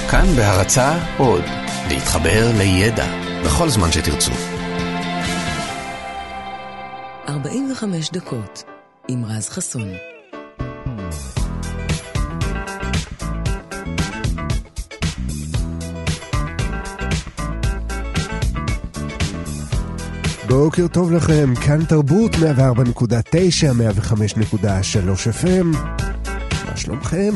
כאן בהרצאה עוד, להתחבר לידע בכל זמן שתרצו. 45 דקות עם רז חסון. בוקר טוב לכם, כאן תרבות 104.9, 105.3 FM. מה שלומכם?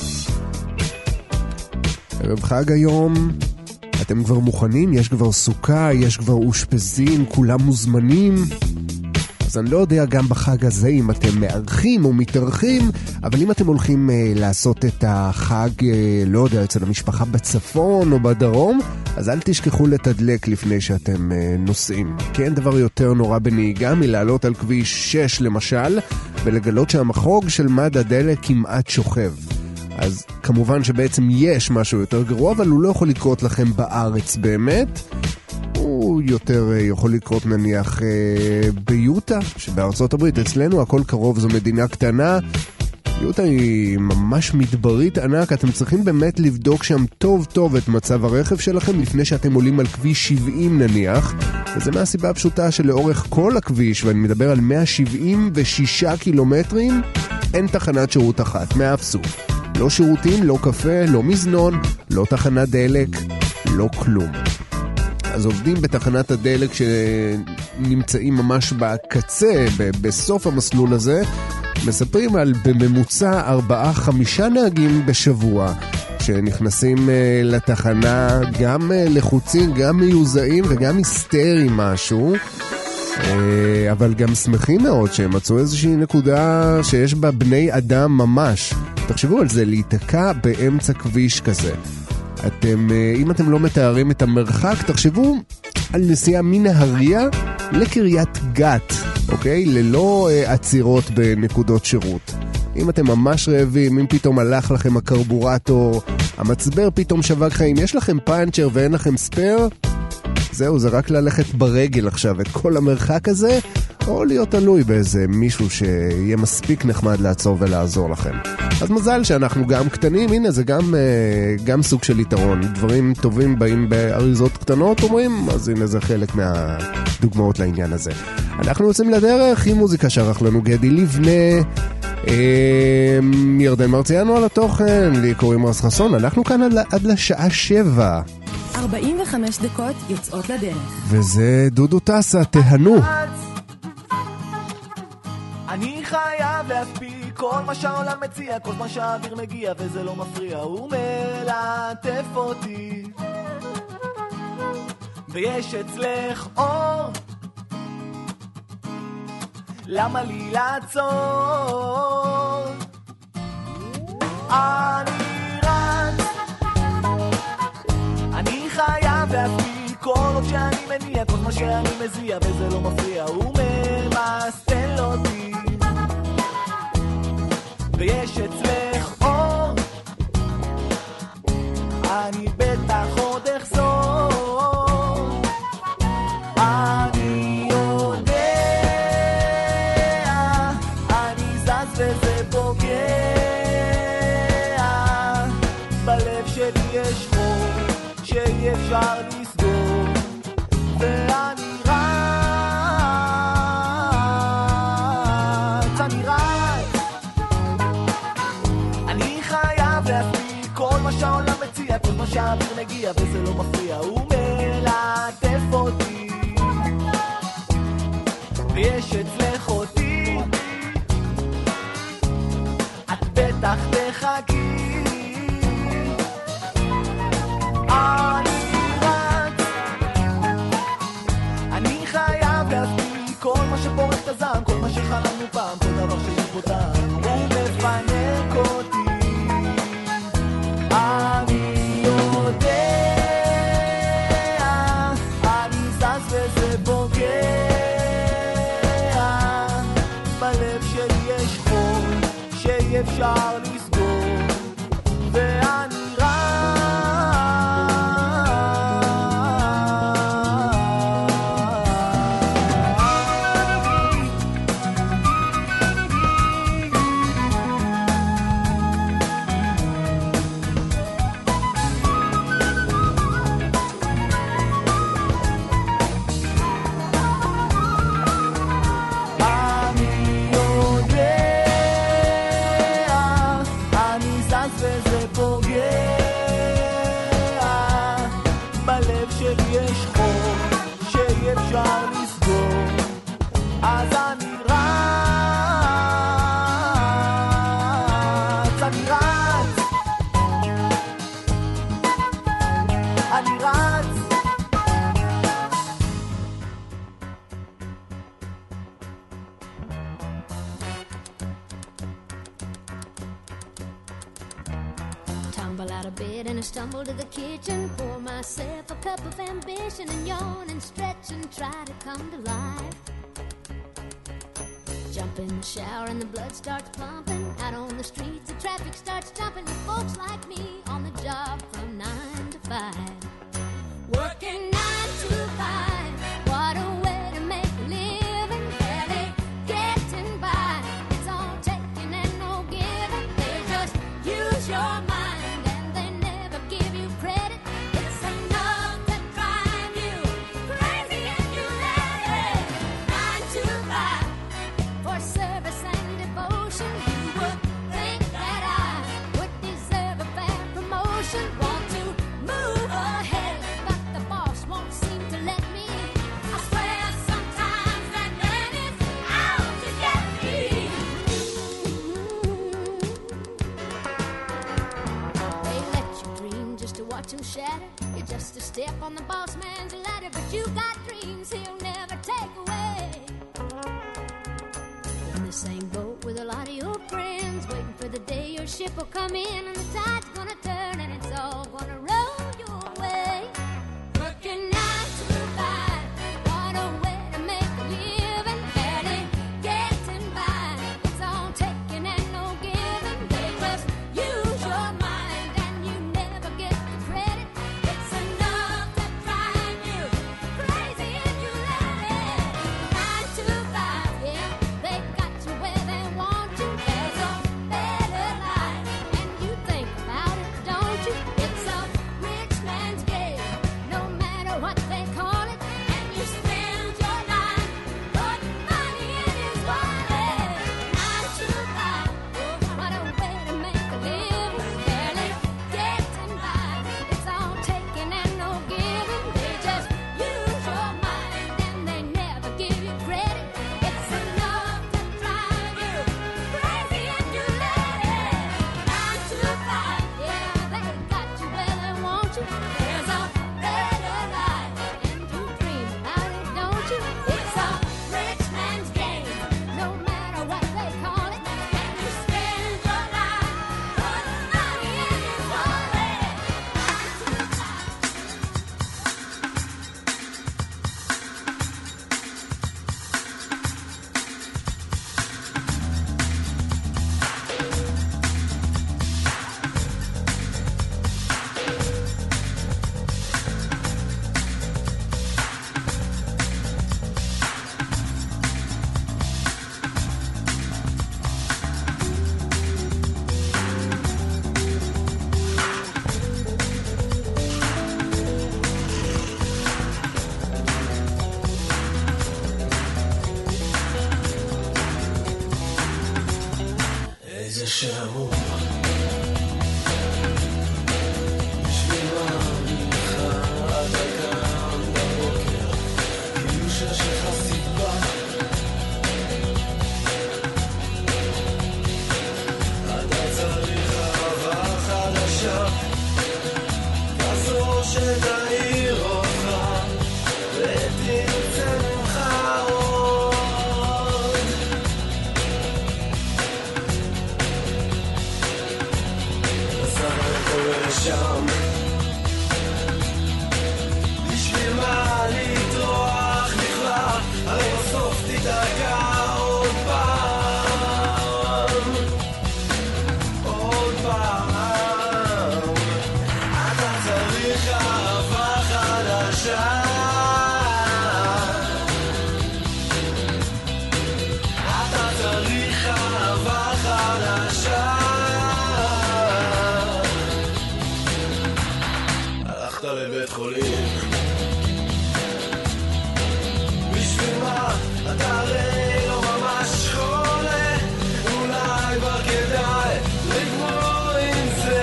ערב חג היום, אתם כבר מוכנים? יש כבר סוכה, יש כבר אושפזין, כולם מוזמנים. אז אני לא יודע גם בחג הזה אם אתם מארחים או מתארחים, אבל אם אתם הולכים לעשות את החג, לא יודע, אצל המשפחה בצפון או בדרום, אז אל תשכחו לתדלק לפני שאתם נוסעים. כי אין דבר יותר נורא בנהיגה מלעלות על כביש 6 למשל, ולגלות שהמחוג של מד הדלק כמעט שוכב. אז כמובן שבעצם יש משהו יותר גרוע, אבל הוא לא יכול לקרות לכם בארץ באמת. הוא יותר יכול לקרות נניח ביוטה, שבארצות הברית אצלנו הכל קרוב, זו מדינה קטנה. יוטה היא ממש מדברית ענק, אתם צריכים באמת לבדוק שם טוב טוב את מצב הרכב שלכם לפני שאתם עולים על כביש 70 נניח, וזה מהסיבה הפשוטה שלאורך כל הכביש, ואני מדבר על 176 קילומטרים, אין תחנת שירות אחת, מאף סוג. לא שירותים, לא קפה, לא מזנון, לא תחנת דלק, לא כלום. אז עובדים בתחנת הדלק שנמצאים ממש בקצה, בסוף המסלול הזה, מספרים על בממוצע 4-5 נהגים בשבוע, שנכנסים לתחנה גם לחוצים, גם מיוזעים וגם היסטריים משהו, אבל גם שמחים מאוד שהם מצאו איזושהי נקודה שיש בה בני אדם ממש. תחשבו על זה, להיתקע באמצע כביש כזה. אם אתם לא מתארים את המרחק, תחשבו על נסיעה מנהריה לקריית גת, אוקיי? ללא עצירות בנקודות שירות. אם אתם ממש רעבים, אם פתאום הלך לכם הקרבורטור, המצבר פתאום שבק חיים, יש לכם פאנצ'ר ואין לכם ספר, זהו, זה רק ללכת ברגל עכשיו את כל המרחק הזה, או להיות תלוי באיזה מישהו שיהיה מספיק נחמד לעצור ולעזור לכם. אז מזל שאנחנו גם קטנים, הנה זה גם סוג של יתרון. דברים טובים באים באריזות קטנות, אומרים, אז הנה זה חלק מהדוגמאות לעניין הזה. אנחנו יוצאים לדרך עם מוזיקה שערך לנו גדי לבנה, ירדן מרציאנו על התוכן, לי קוראים רז חסון, אנחנו כאן עד לשעה 7. 45 דקות יוצאות לדרך. וזה דודו טסה, תהנו. אני חייב להספיק כל מה שהעולם מציע, כל מה שהאוויר מגיע וזה לא מפריע, הוא מלטף אותי. ויש אצלך אור, למה לי לעצור? אני רץ, אני חייב להספיק כל עוד שאני מניע, כל מה שאני מזיע וזה לא מפריע, הוא ממסטל אותי. ויש אצלך אור, אני בטח עוד אחזור. אני יודע, אני זז וזה פוגע, בלב שלי יש חור שאי אפשר לסגור, ואני שהעולם מציע, כל מה שהאוויר מגיע וזה לא מפריע, הוא מלטף אותי. ויש אצלך אותי, את בטח תחכי. אני רץ, אני חייב להספיק כל מה שפורק את הזעם, כל מה שחלמנו פעם, כל דבר שיש בו טעם, הוא מפנק אותי. אני יודע, אני זז וזה פוגע, בלב שלי יש חור שאי אפשר לסגור, ואני bed and I stumble to the kitchen, pour myself a cup of ambition and yawn and stretch and try to come to life. Jump in the shower and the blood starts pumping. Out on the streets the traffic starts jumping with folks like me on the job from 9 to 5. Working 9 to 5, what a way to make a living. Barely getting by, it's all taking and no giving. They just use your mind and they never give you credit. It's enough to drive you crazy if you let it. 9 to 5, for service and devotion. You would think that I would deserve a fair promotion. Want to move ahead, but the boss won't seem to let me. I swear sometimes that man is out to get me. They let you dream just to watch him shatter. You're just a step on the boss man's ladder, but you got dreams he'll never take away. In the same boat with a lot of your friends, waiting for the day your ship will come in and the tide's gonna turn and it's all gonna roll your way. Working 9 to 5, what a way to make a living. Barely getting by, it's all taking and no giving. They just use your mind and you never get the credit. It's enough to drive you crazy if you let it. 9 to 5, yeah, they got you where they want you. There's a better life and you think about it, don't you? It's a rich man's game, no matter what they call it. And you spend your life putting money in his wallet. 9 to 5, what a way to make a living. Barely getting by, it's all taking and no giving. They just use your mind and they never give you credit. It's enough to drive you crazy if you let it. 9 to 5, yeah, they got you where they want you. There's a better life and you dream about it, don't you? It's a rich man's game, no matter what they call it. And you spend your life putting money in his wallet. 9 to 5. איזה שעמום בשביל מה ממך אתה קם בבוקר כאילו שיש לך סיבה אתה צריך אהבה חדשה כזו שתאיר אותך ותרצה ממך עוד שם בשביל מה לטרוח בכלל הרי בסוף תתרגע עוד פעם אתה צריך אהבה חדשה אתה צריך אהבה חדשה הלכת לבית חולים בשביל מה? אתה הרי לא ממש חולה אולי כבר כדאי לגמור עם זה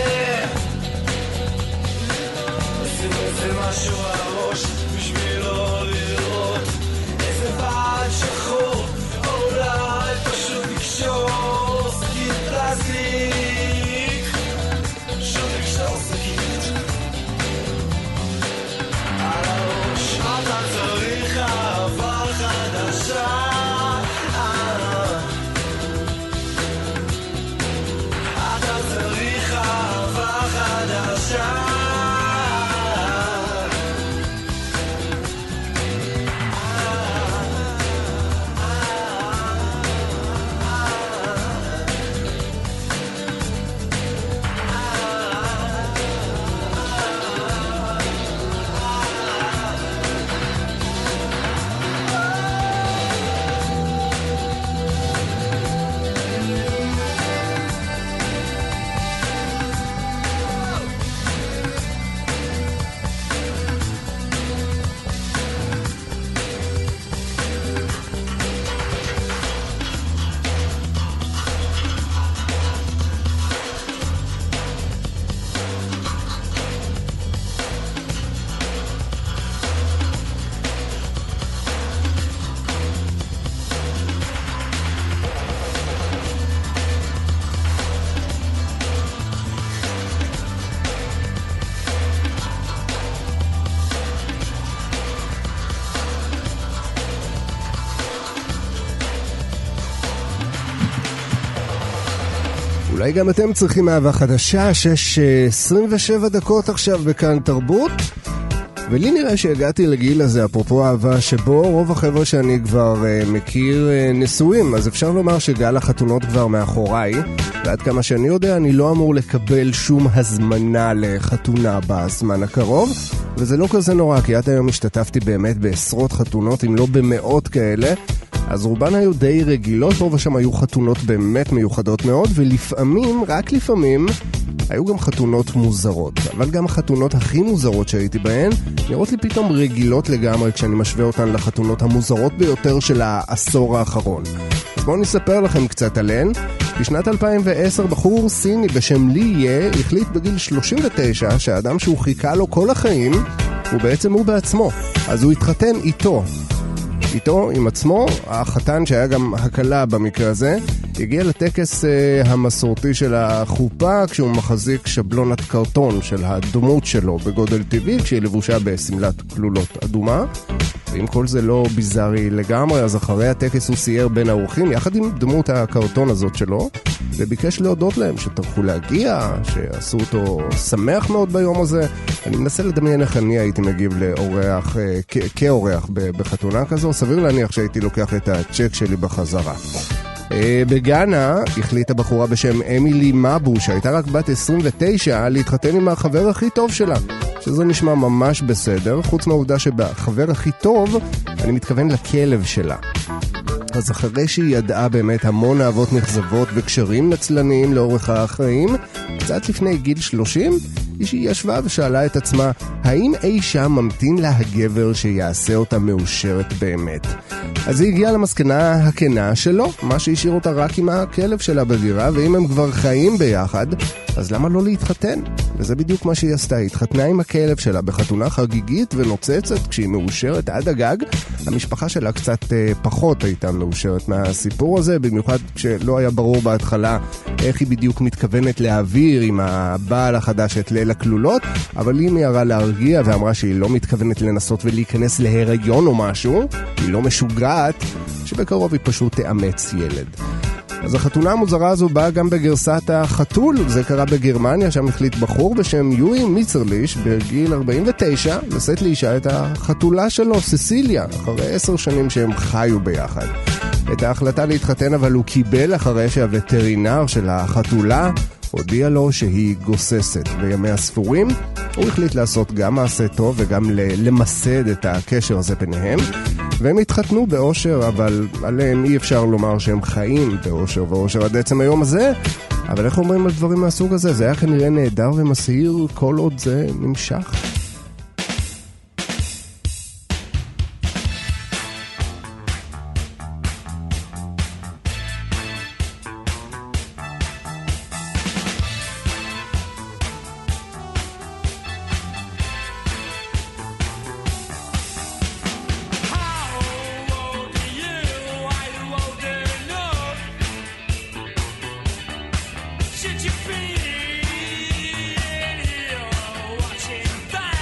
נשים איזה משהו על הראש בשביל לא לראות איזה בד שחור או אולי פשוט לקשור שקית פלסטיק פשוט לקשור שקית אולי גם אתם צריכים אהבה חדשה, 6:27 דקות עכשיו בכאן תרבות. ולי נראה שהגעתי לגיל הזה, אפרופו אהבה, שבו רוב החבר'ה שאני כבר מכיר נשואים, אז אפשר לומר שגל החתונות כבר מאחוריי, ועד כמה שאני יודע, אני לא אמור לקבל שום הזמנה לחתונה בזמן הקרוב, וזה לא כזה נורא, כי עד היום השתתפתי באמת בעשרות חתונות, אם לא במאות כאלה, אז רובן היו די רגילות, פה ושם היו חתונות באמת מיוחדות מאוד, ולפעמים, רק לפעמים, היו גם חתונות מוזרות, אבל גם החתונות הכי מוזרות שהייתי בהן נראות לי פתאום רגילות לגמרי כשאני משווה אותן לחתונות המוזרות ביותר של העשור האחרון. אז בואו נספר לכם קצת עליהן. בשנת 2010 בחור סיני בשם לי יה החליט בגיל 39 שהאדם שהוא חיכה לו כל החיים הוא בעצם הוא בעצמו, אז הוא התחתן איתו, עם עצמו. החתן שהיה גם הקלה במקרה הזה הגיע לטקס המסורתי של החופה כשהוא מחזיק שבלונת קרטון של הדמות שלו בגודל טבעי כשהיא לבושה בסמלת כלולות אדומה. ואם כל זה לא ביזרי לגמרי, אז אחרי הטקס הוא סייר בין האורחים יחד עם דמות הקרטון הזאת שלו וביקש להודות להם שטרחו להגיע, שעשו אותו שמח מאוד ביום הזה. אני מנסה לדמיין איך אני הייתי מגיב לאורח, כאורח בחתונה כזו. סביר להניח שהייתי לוקח את הצ'ק שלי בחזרה. בגאנה החליטה בחורה בשם אמילי מבו שהייתה רק בת 29 להתחתן עם החבר הכי טוב שלה, שזה נשמע ממש בסדר, חוץ מהעובדה שבחבר הכי טוב אני מתכוון לכלב שלה. אז אחרי שהיא ידעה באמת המון אהבות נכזבות וקשרים נצלניים לאורך החיים, קצת לפני גיל 30 היא ישבה ושאלה את עצמה האם אי שם ממתין לה הגבר שיעשה אותה מאושרת באמת. אז היא הגיעה למסקנה הכנה שלו, מה שהשאיר אותה רק עם הכלב שלה בדירה, ואם הם כבר חיים ביחד, אז למה לא להתחתן? וזה בדיוק מה שהיא עשתה, היא התחתנה עם הכלב שלה בחתונה חגיגית ונוצצת כשהיא מאושרת עד הגג. המשפחה שלה קצת פחות הייתה מאושרת מהסיפור הזה, במיוחד כשלא היה ברור בהתחלה איך היא בדיוק מתכוונת להעביר עם הבעל החדש את ליל הכלולות, אבל היא מיהרה להרגיע ואמרה שהיא לא מתכוונת לנסות ולהיכנס להיריון או משהו, היא לא משוגעת, שבקרוב היא פשוט תאמץ ילד. אז החתונה המוזרה הזו באה גם בגרסת החתול. זה קרה בגרמניה, שם החליט בחור בשם יואי מיצרליש בגיל 49 לשאת לאישה את החתולה שלו, ססיליה, אחרי 10 שנים שהם חיו ביחד. את ההחלטה להתחתן אבל הוא קיבל אחרי שהווטרינר של החתולה הודיע לו שהיא גוססת. בימי הספורים הוא החליט לעשות גם מעשה טוב וגם למסד את הקשר הזה ביניהם, והם התחתנו באושר, אבל עליהם אי אפשר לומר שהם חיים באושר ואושר עד עצם היום הזה. אבל איך אומרים על דברים מהסוג הזה? זה היה כנראה נהדר ומסעיר כל עוד זה נמשך. Should you be here watching that?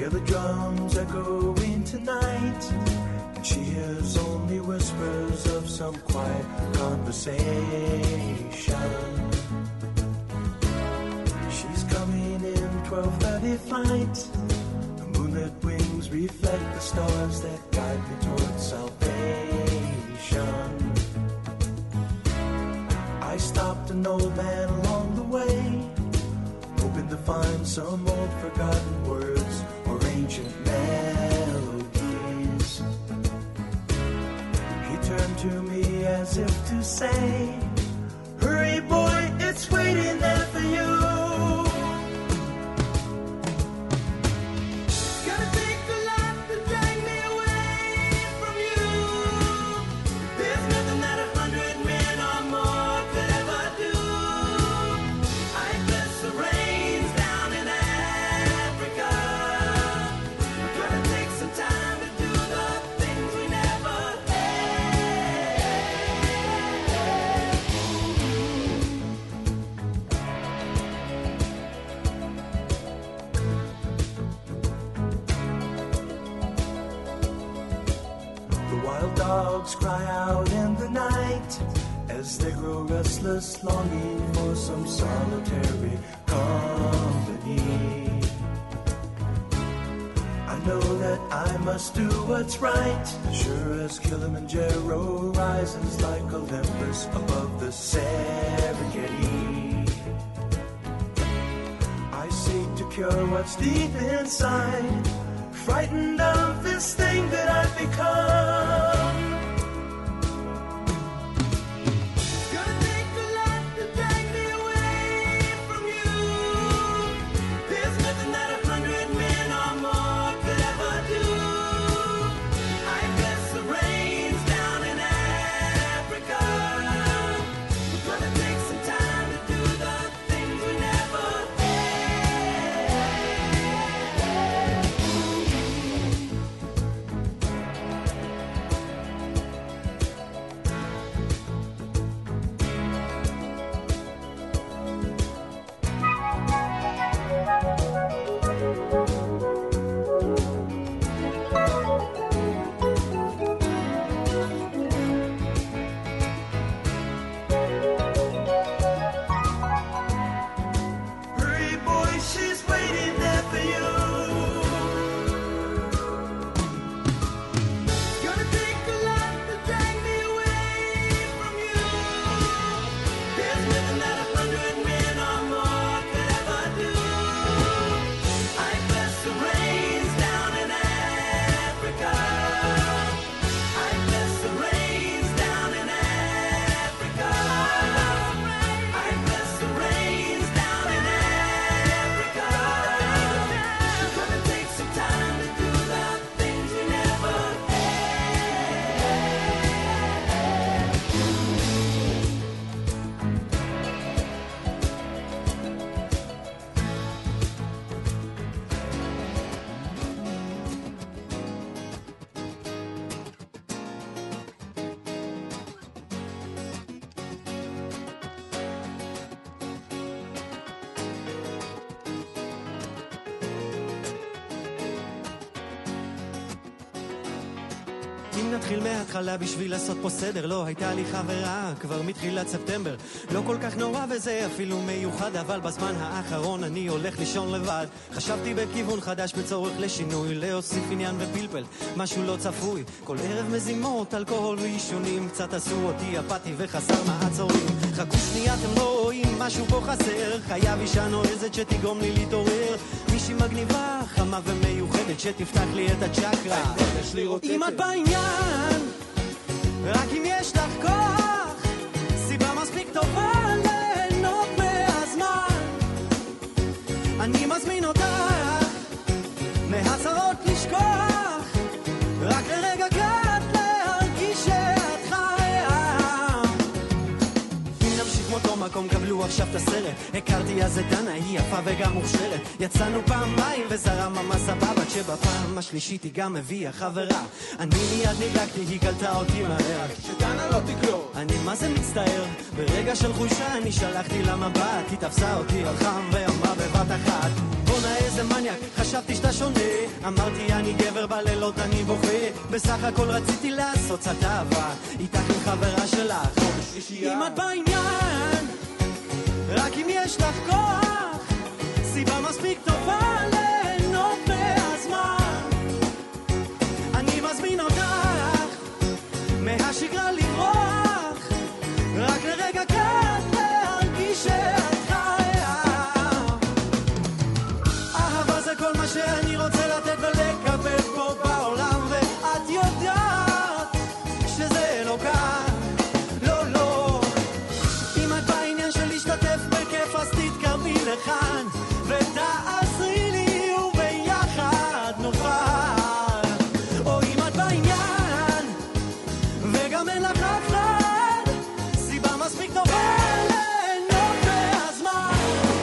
hear the drums echoing tonight, and she hears only whispers of some quiet conversation. She's coming in 12:30 flight. The moonlit wings reflect the stars that guide me towards salvation. I stopped an old man along the way, hoping to find some old forgotten words or ancient melodies. He turned to me as if to say, hurry boy, it's waiting there for you. Gonna take a lot to drag me away from you. There's nothing that 100 men or more could ever do. I bless the rains down in Africa. Gonna take some time to do the things we never The wild dogs cry out in the night as they grow restless, longing for some solitary company. I know that I must do what's right, sure as Kilimanjaro rises like Olympus above the Serengeti. I seek to cure what's deep inside, frightened of this thing that I've become. Gonna take a lot to drag me away from you. There's nothing that 100 men or more could ever do. I bless the rains down in Africa. Gonna take some time to do the things we never Hurry, boy, she's waiting there for you. Gonna take a lot to drag me away from you. There's nothing that 100 men or more could ever do. I bless the rains down in Africa. I bless the rains down in Africa. I bless the rains down in Africa. Gonna take some time to do the things we never אם נתחיל מההתחלה בשביל לעשות פה סדר, לא הייתה לי חברה כבר מתחילת ספטמבר. לא כל כך נורא וזה אפילו מיוחד, אבל בזמן האחרון אני הולך לישון לבד. חשבתי בכיוון חדש בצורך לשינוי, להוסיף עניין ופלפל, משהו לא צפוי. כל ערב מזימות, אלכוהול ואישונים, קצת עשו אותי אפתי וחסר מעצורים. חכו שנייה, אתם לא רואים משהו פה חסר, חייב אישה נועזת שתגרום לי להתעורר, מישהי מגניבה, חמה ומיוחדת שתפתח לי את הצ'קרה. אם את בעניין, רק אם יש לך כוח, סיבה מספיק טובה ליהנות מהזמן. אני מזמין אותך מהצרות לשכוח, רק לרגע קט להרגיש שאת חיה. אם נמשיך מותו מקום, קבלו עכשיו את הסרט. הכרתי אז את דנה, היא יפה וגם מוכשרת. יצאנו פעמיים וזרם ממש סבבה, כשבפעם השלישית היא גם הביאה חברה. אני מיד נדלקתי, היא קלטה אותי מהר. שדנה לא תקלוט. אני מה זה מצטער, ברגע של חושה אני שלחתי לה מבט. היא תפסה אותי על חם ואמרה בבת אחת, בונה איזה מניאק, חשבתי שאתה שונה. אמרתי אני גבר בלילות אני בוכה, בסך הכל רציתי לעשות קצת אהבה איתך עם חברה שלך. אם את בעניין, רק אם יש לך כוח, סיבה מספיק טובה ליהנות מהזמן. אני מזמין אותך מהשגרה לברוח, רק לרגע קט להרגיש שאת חיה. אהבה זה כל מה שאני רוצה לתת ולקבל פה בעולם, ואת יודעת שזה לא קל. לא, לא. אם את בעניין של להשתתף בכיף אז תתקרבי לכאן ותעזרי לי וביחד נוכל. או אם את בעניין וגם אין לך אף אחד, סיבה מספיק טובה ליהנות מהזמן.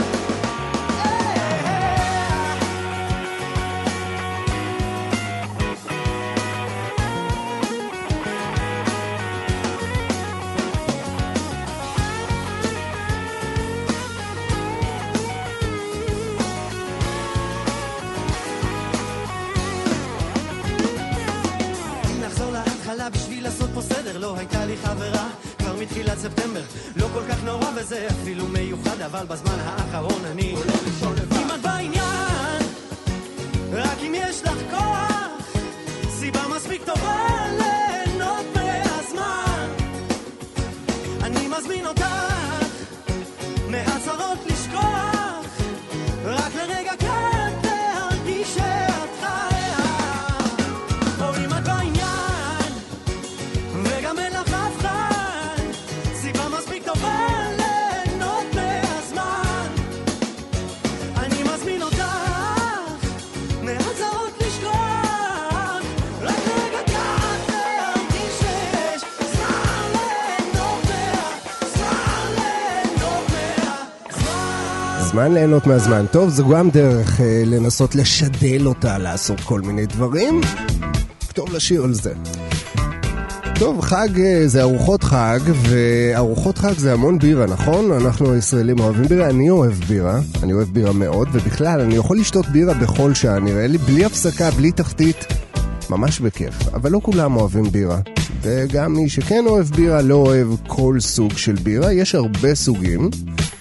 אם נחזור להתחלה בשביל לעשות פה סדר, לא הייתה לי חברה כבר מתחילת ספטמבר. לא כל כך נורא וזה אפילו מיוחד, אבל בזמן האחרון אני עולה לישון לבד. אם את בעניין, רק אם יש לך כוח, סיבה מספיק טובה ליהנות מהזמן. אני מזמין אותך מהצהרות לשכוח, רק לרגע קט להרגיש שאת חיה. או אם את בעניין וגם אין לך אף אחד, סיבה מספיק טובה ליהנות מהזמן. אני מזמין אותך מהצהרות לשכוח, רק לרגע קט להרגיש שיש זמן ליהנות מהזמן. זמן ליהנות מהזמן. טוב, זו גם דרך לנסות לשדל אותה לעשות כל מיני דברים. טוב לשיר על זה. טוב, חג זה ארוחות חג, וארוחות חג זה המון בירה, נכון? אנחנו הישראלים אוהבים בירה, אני אוהב בירה מאוד, ובכלל אני יכול לשתות בירה בכל שעה, נראה לי, בלי הפסקה, בלי תחתית, ממש בכיף. אבל לא כולם אוהבים בירה, וגם מי שכן אוהב בירה לא אוהב כל סוג של בירה, יש הרבה סוגים,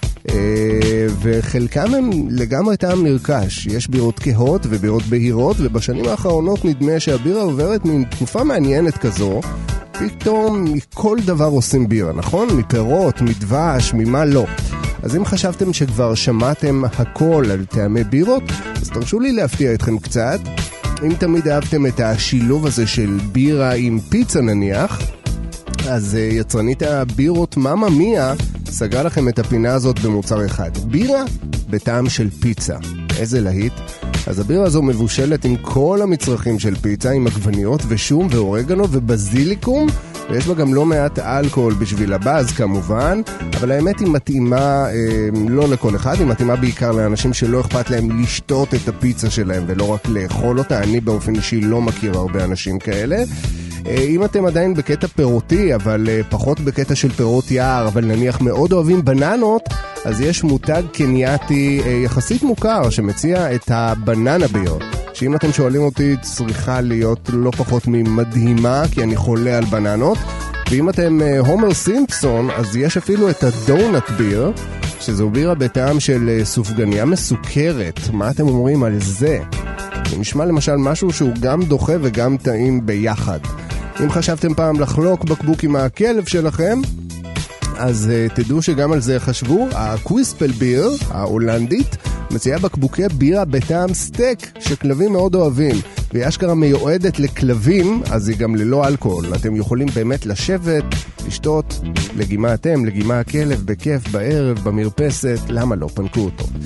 וחלקם הם לגמרי טעם נרכש. יש בירות כהות ובירות בהירות, ובשנים האחרונות נדמה שהבירה עוברת מן תקופה מעניינת כזו. פתאום מכל דבר עושים בירה, נכון? מפירות, מדבש, ממה לא. אז אם חשבתם שכבר שמעתם הכל על טעמי בירות, אז תרשו לי להפתיע אתכם קצת. אם תמיד אהבתם את השילוב הזה של בירה עם פיצה נניח, אז יצרנית הבירות מאמה מיה סגרה לכם את הפינה הזאת במוצר אחד. בירה בטעם של פיצה. איזה להיט. אז הבירה הזו מבושלת עם כל המצרכים של פיצה, עם עגבניות ושום ואורגנו ובזיליקום, ויש בה גם לא מעט אלכוהול בשביל הבאז כמובן, אבל האמת היא מתאימה לא לכל אחד, היא מתאימה בעיקר לאנשים שלא אכפת להם לשתות את הפיצה שלהם ולא רק לאכול אותה. אני באופן אישי לא מכיר הרבה אנשים כאלה. אם אתם עדיין בקטע פירותי, אבל פחות בקטע של פירות יער, אבל נניח מאוד אוהבים בננות, אז יש מותג קנייתי יחסית מוכר שמציע את הבננה ביר, שאם אתם שואלים אותי צריכה להיות לא פחות ממדהימה, כי אני חולה על בננות. ואם אתם הומר סימפסון, אז יש אפילו את הדונט ביר, שזו בירה בטעם של סופגניה מסוכרת. מה אתם אומרים על זה? זה נשמע למשל משהו שהוא גם דוחה וגם טעים ביחד. אם חשבתם פעם לחלוק בקבוק עם הכלב שלכם, אז תדעו שגם על זה חשבו. הקוויספל ביר, ההולנדית, מציעה בקבוקי בירה בטעם סטייק שכלבים מאוד אוהבים, והיא אשכרה מיועדת לכלבים, אז היא גם ללא אלכוהול. אתם יכולים באמת לשבת, לשתות, לגימה אתם, לגימה הכלב, בכיף, בערב, במרפסת, למה לא? פנקו אותו.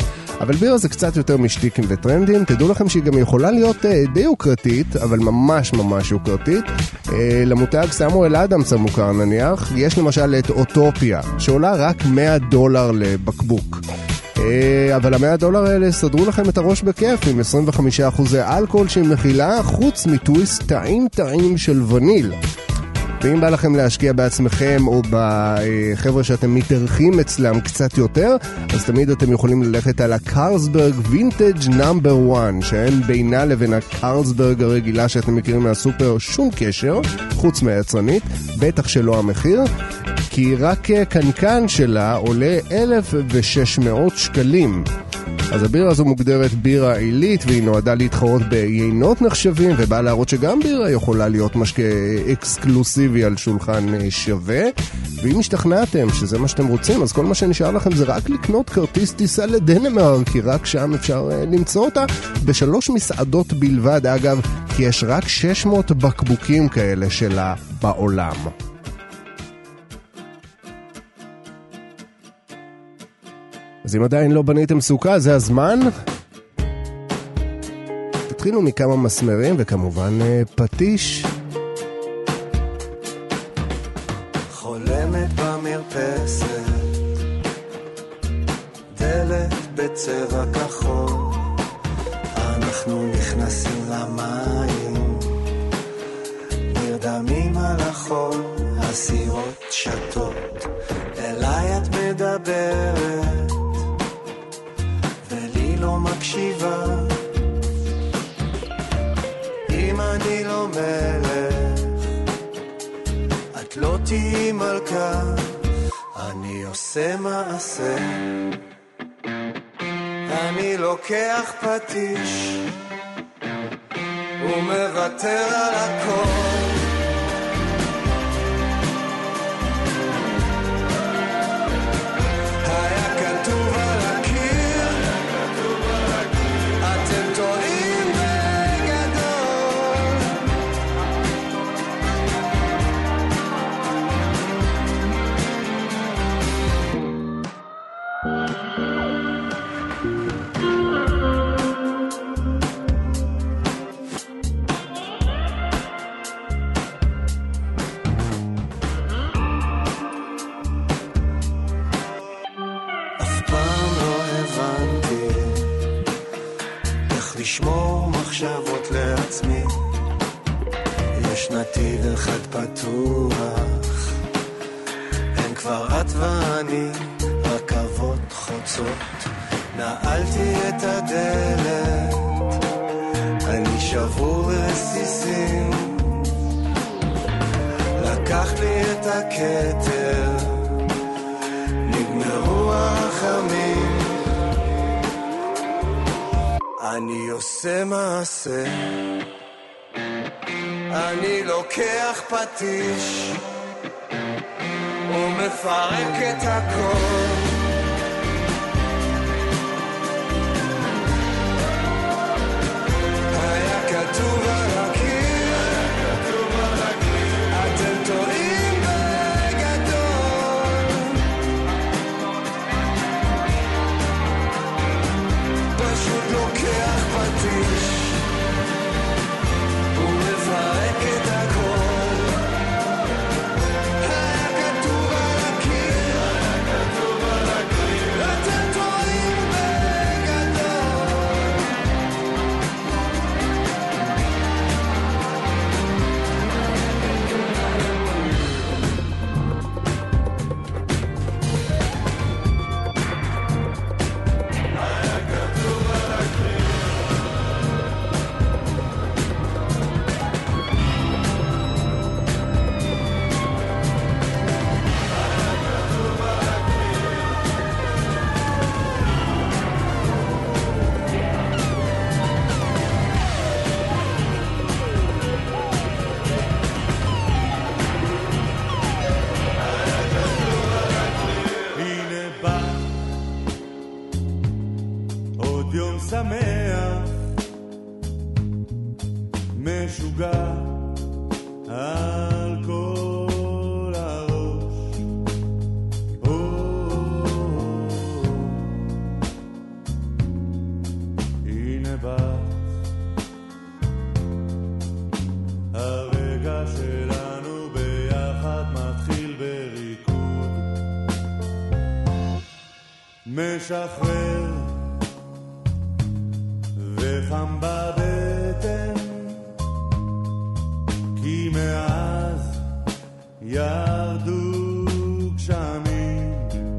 אבל בירה זה קצת יותר משטיקים וטרנדים. תדעו לכם שהיא גם יכולה להיות די יוקרתית, אבל ממש ממש יוקרתית. למותג סמואל אדמס המוכר נניח, יש למשל את אוטופיה, שעולה רק $100 לבקבוק. אבל $100 האלה סדרו לכם את הראש בכיף עם 25% אלכוהול שהיא מכילה, חוץ מטוויסט טעים של וניל. ואם בא לכם להשקיע בעצמכם או בחבר'ה שאתם מתארחים אצלם קצת יותר, אז תמיד אתם יכולים ללכת על הקרלסברג וינטג' נאמבר 1, שאין בינה לבין הקרלסברג הרגילה שאתם מכירים מהסופר שום קשר, חוץ מהיצרנית, בטח שלא המחיר, כי רק קנקן שלה עולה 1,600 שקלים. אז הבירה הזו מוגדרת בירה עילית, והיא נועדה להתחרות ביינות נחשבים, ובאה להראות שגם בירה יכולה להיות משקה אקסקלוסיבי על שולחן שווה. ואם השתכנעתם שזה מה שאתם רוצים, אז כל מה שנשאר לכם זה רק לקנות כרטיס טיסה לדנמרק, כי רק שם אפשר למצוא אותה ב3 מסעדות בלבד, אגב, כי יש רק 600 בקבוקים כאלה שלה בעולם. אז אם עדיין לא בניתם סוכה, זה הזמן. תתחילו מכמה מסמרים וכמובן פטיש. חולמת במרפסת, דלת בצבע כחול, אנחנו נכנסים למים, נרדמים על החול, הסירות שתות, אליי את מדברת ולי לא מקשיבה. אם אני לא מלך את לא תהי מלכה, אני עושה מעשה, אני לוקח פטיש ומוותר על הכל. היה כתוב על הקיר, אתם טועים בגדול. לשמור מחשבות לעצמי, יש נתיב אחד פתוח, אין כבר את ואני, רכבות חוצות, נעלתי את הדלת, אני שבור רסיסים, לקחת לי את הכתר, נגמרו הרחמים, אני עושה מעשה, אני לוקח פטיש ומפרק את הכל. היה כתוב על הקיר, אתם טועים בגדול. פשוט לוקח פטיש ומפרק את הכל. היה כתוב על הקיר, אתם טועים בגדול. הנה בא עוד יום שמח, משוגע על כל הראש. משחרר וחם בבטן, כי מאז ירדו גשמים.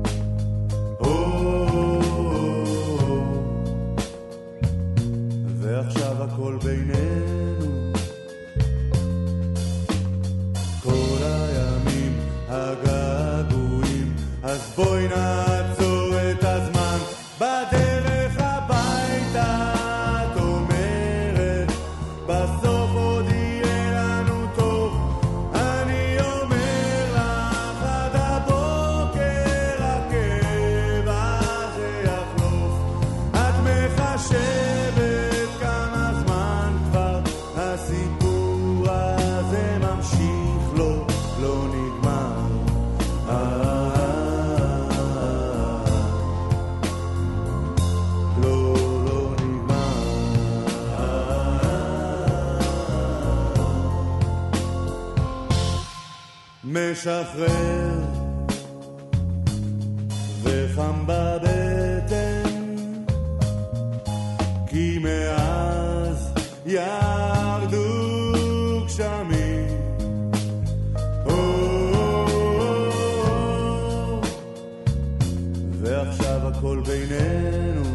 ועכשיו הכל בינינו, כל הימים הגעגועים, אז בואי נעצור את הזמן בדרך הביתה. את אומרת בסוף עוד יהיה לנו טוב, אני אומר לך עד הבוקר הכאב הזה יחלוף. את מחשבת כמה זמן כבר הסיפור הזה ממשיך, לא נגמר. לא נגמר. משחרר וחם בבטן, כי מאז ירדו גשמים. ועכשיו הכל בינינו,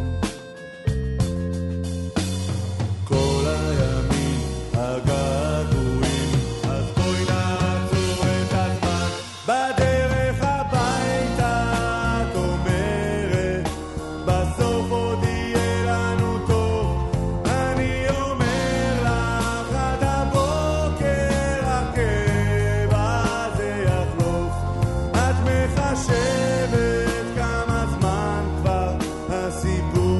כל הימים הגעגועים, אז בואי נעצור את הזמן בדרך הביתה. את אומרת בסוף עוד יהיה לנו טוב, אני אומר לך עד הבוקר הכאב הזה יחלוף. את מחשבת כמה זמן כבר הסיפור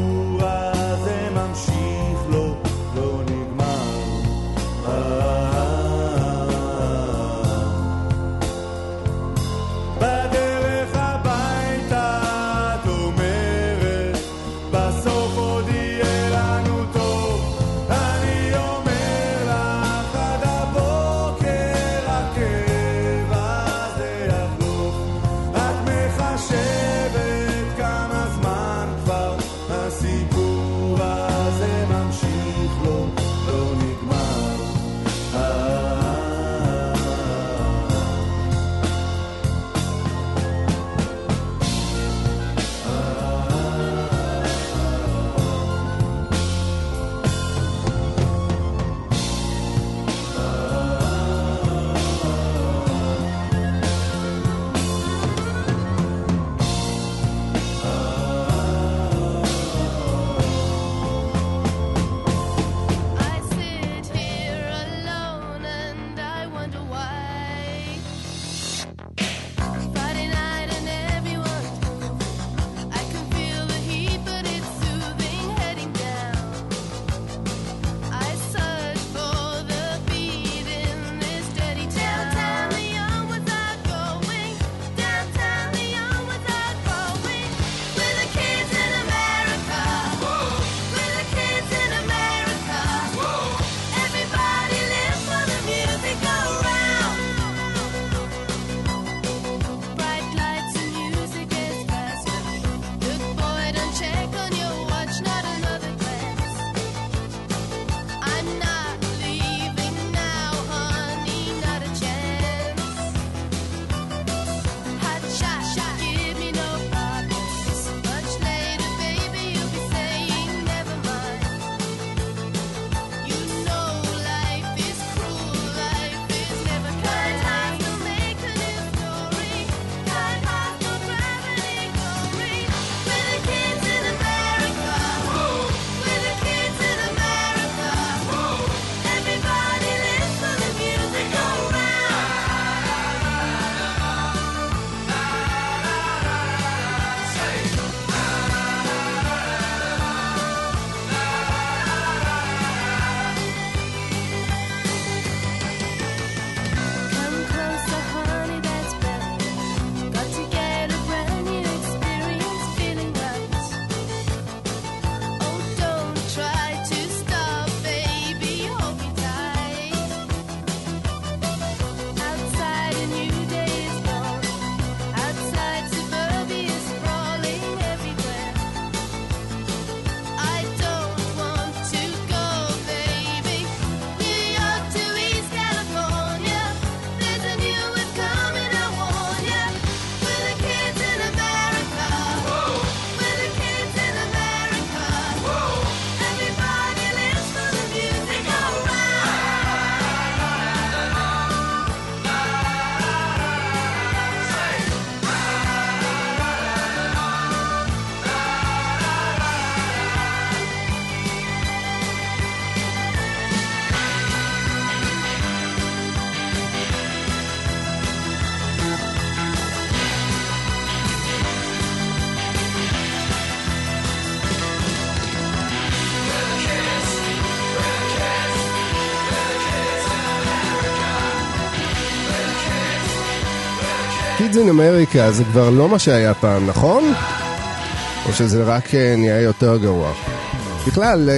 Kids in America זה כבר לא מה שהיה פעם, נכון? או שזה רק נהיה יותר גרוע? בכלל,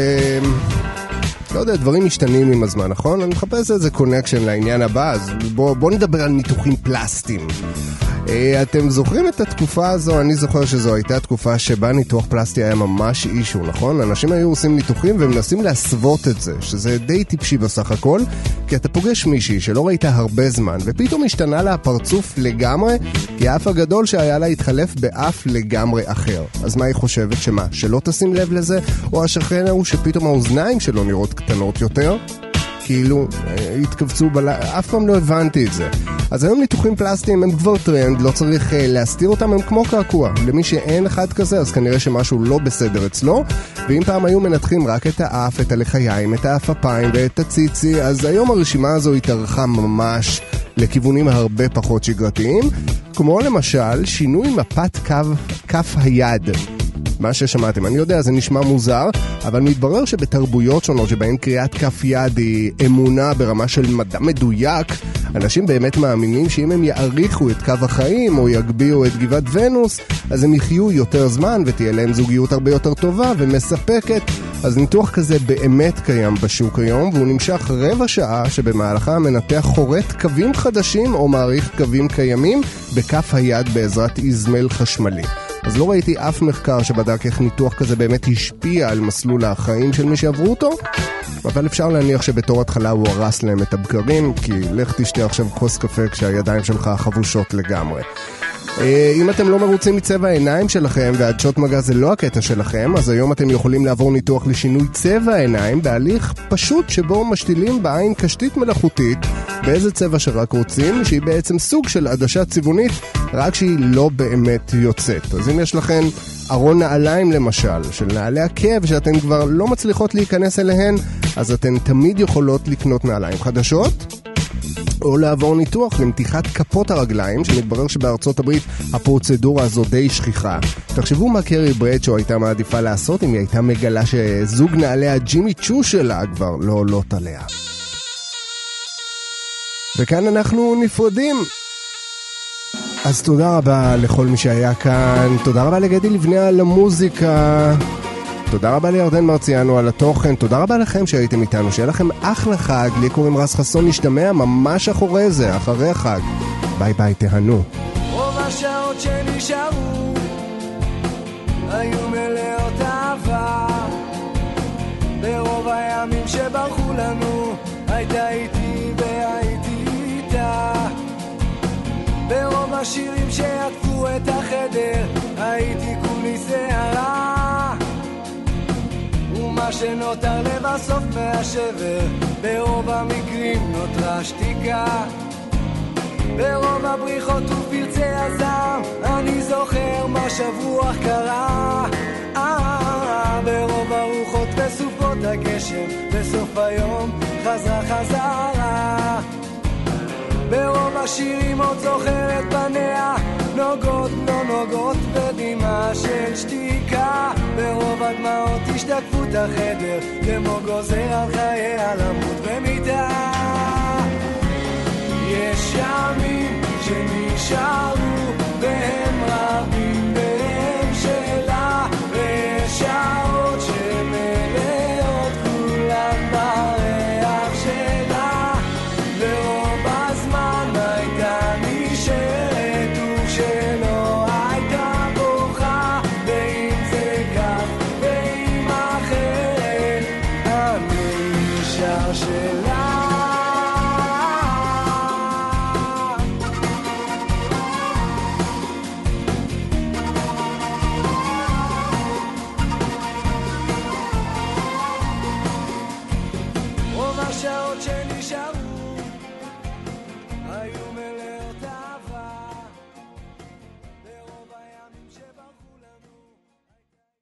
לא יודע, דברים משתנים עם הזמן, נכון? אני מחפש איזה קונקשן לעניין הבא, אז בוא נדבר על ניתוחים פלסטיים. אתם זוכרים את התקופה הזו? אני זוכר שזו הייתה תקופה שבה ניתוח פלסטי היה ממש אישו, נכון? אנשים היו עושים ניתוחים ומנסים להסוות את זה, שזה די טיפשי בסך הכל, כי אתה פוגש מישהי שלא ראית הרבה זמן, ופתאום השתנה לה הפרצוף לגמרי, כי האף הגדול שהיה לה התחלף באף לגמרי אחר. אז מה היא חושבת? שמה? שלא תשים לב לזה? או השכן הוא שפתאום האוזניים שלו נראות קטנות יותר? כאילו, התכווצו אף פעם לא הבנתי את זה. אז היום ניתוחים פלסטיים הם כבר טרנד, לא צריך להסתיר אותם, הם כמו קעקוע. למי שאין אחד כזה, אז כנראה שמשהו לא בסדר אצלו, ואם פעם היו מנתחים רק את האף, את הלחיים, את האף הפיים ואת הציצי, אז היום הרשימה הזו התארכה ממש לכיוונים הרבה פחות שגרתיים, כמו למשל שינוי מפת כף היד. מה ששמעתם, אני יודע, זה נשמע מוזר, אבל מתברר שבתרבויות שונות שבהן קריאת כף יד היא אמונה ברמה של מדע מדויק, אנשים באמת מאמינים שאם הם יעריכו את קו החיים או יגביאו את גבעת ונוס, אז הם יחיו יותר זמן ותהיה להם זוגיות הרבה יותר טובה ומספקת. אז ניתוח כזה באמת קיים בשוק היום, והוא נמשך רבע שעה שבמהלכה המנתח חורט קווים חדשים או מעריך קווים קיימים בכף היד בעזרת איזמל חשמלי. אז לא ראיתי אף מחקר שבדק איך ניתוח כזה באמת השפיע על מסלול החיים של מי שעברו אותו, אבל אפשר להניח שבתור התחלה הוא הרס להם את הבקרים, כי לך תשתה עכשיו כוס קפה כשהידיים שלך חבושות לגמרי. אם אתם לא מרוצים מצבע העיניים שלכם ועדשות מגע זה לא הקטע שלכם, אז היום אתם יכולים לעבור ניתוח לשינוי צבע העיניים בהליך פשוט שבו משתילים בעין קשתית מלאכותית באיזה צבע שרק רוצים, שהיא בעצם סוג של עדשה צבעונית, רק שהיא לא באמת יוצאת. אז אם יש לכם ארון נעליים למשל, של נעלי עקב שאתן כבר לא מצליחות להיכנס אליהן, אז אתן תמיד יכולות לקנות נעליים חדשות, או לעבור ניתוח למתיחת כפות הרגליים, שמתברר שבארצות הברית הפרוצדורה הזו די שכיחה. תחשבו מה קרי ברדשו הייתה מעדיפה לעשות אם היא הייתה מגלה שזוג נעלי הג'ימי צ'ו שלה כבר לא עולות עליה. וכאן אנחנו נפרדים. אז תודה רבה לכל מי שהיה כאן, תודה רבה לגדי לבנה על המוזיקה, תודה רבה לירדן מרציאנו על התוכן, תודה רבה לכם שהייתם איתנו, שיהיה לכם אחלה חג, לי קוראים רז חסון, נשתמע ממש אחרי זה, אחרי החג. ביי ביי, תהנו. רוב השעות שנשארו היו מלאות אהבה, ברוב הימים שברחו לנו הייתה איתי והייתי איתה, ברוב השירים שעטפו את החדר הייתי כולי שערה, ומה שנותר לבסוף מהשבר ברוב המקרים נותרה שתיקה, ברוב הבריחות ופרצי הזעם אני זוכר מה שברוח קרה, ברוב הרוחות וסופות הגשם בסוף היום חזרה, ברוב השירים עוד זוכר את פניה נוגות לא נוגות בדמעה של שתיקה, ברוב הדמעות השתקפות החדר כמו גוזר על חייה למות במיטה, יש ימים שנשארו והם רבים והם שלה, ויש שעות שמלאות כולם בריח שלה, ורוב הזמן הייתה נשארת וכשלא הייתה בוכה, ואם זה כך ואם אחרת אני נשאר שלה. רוב השעות שנשארו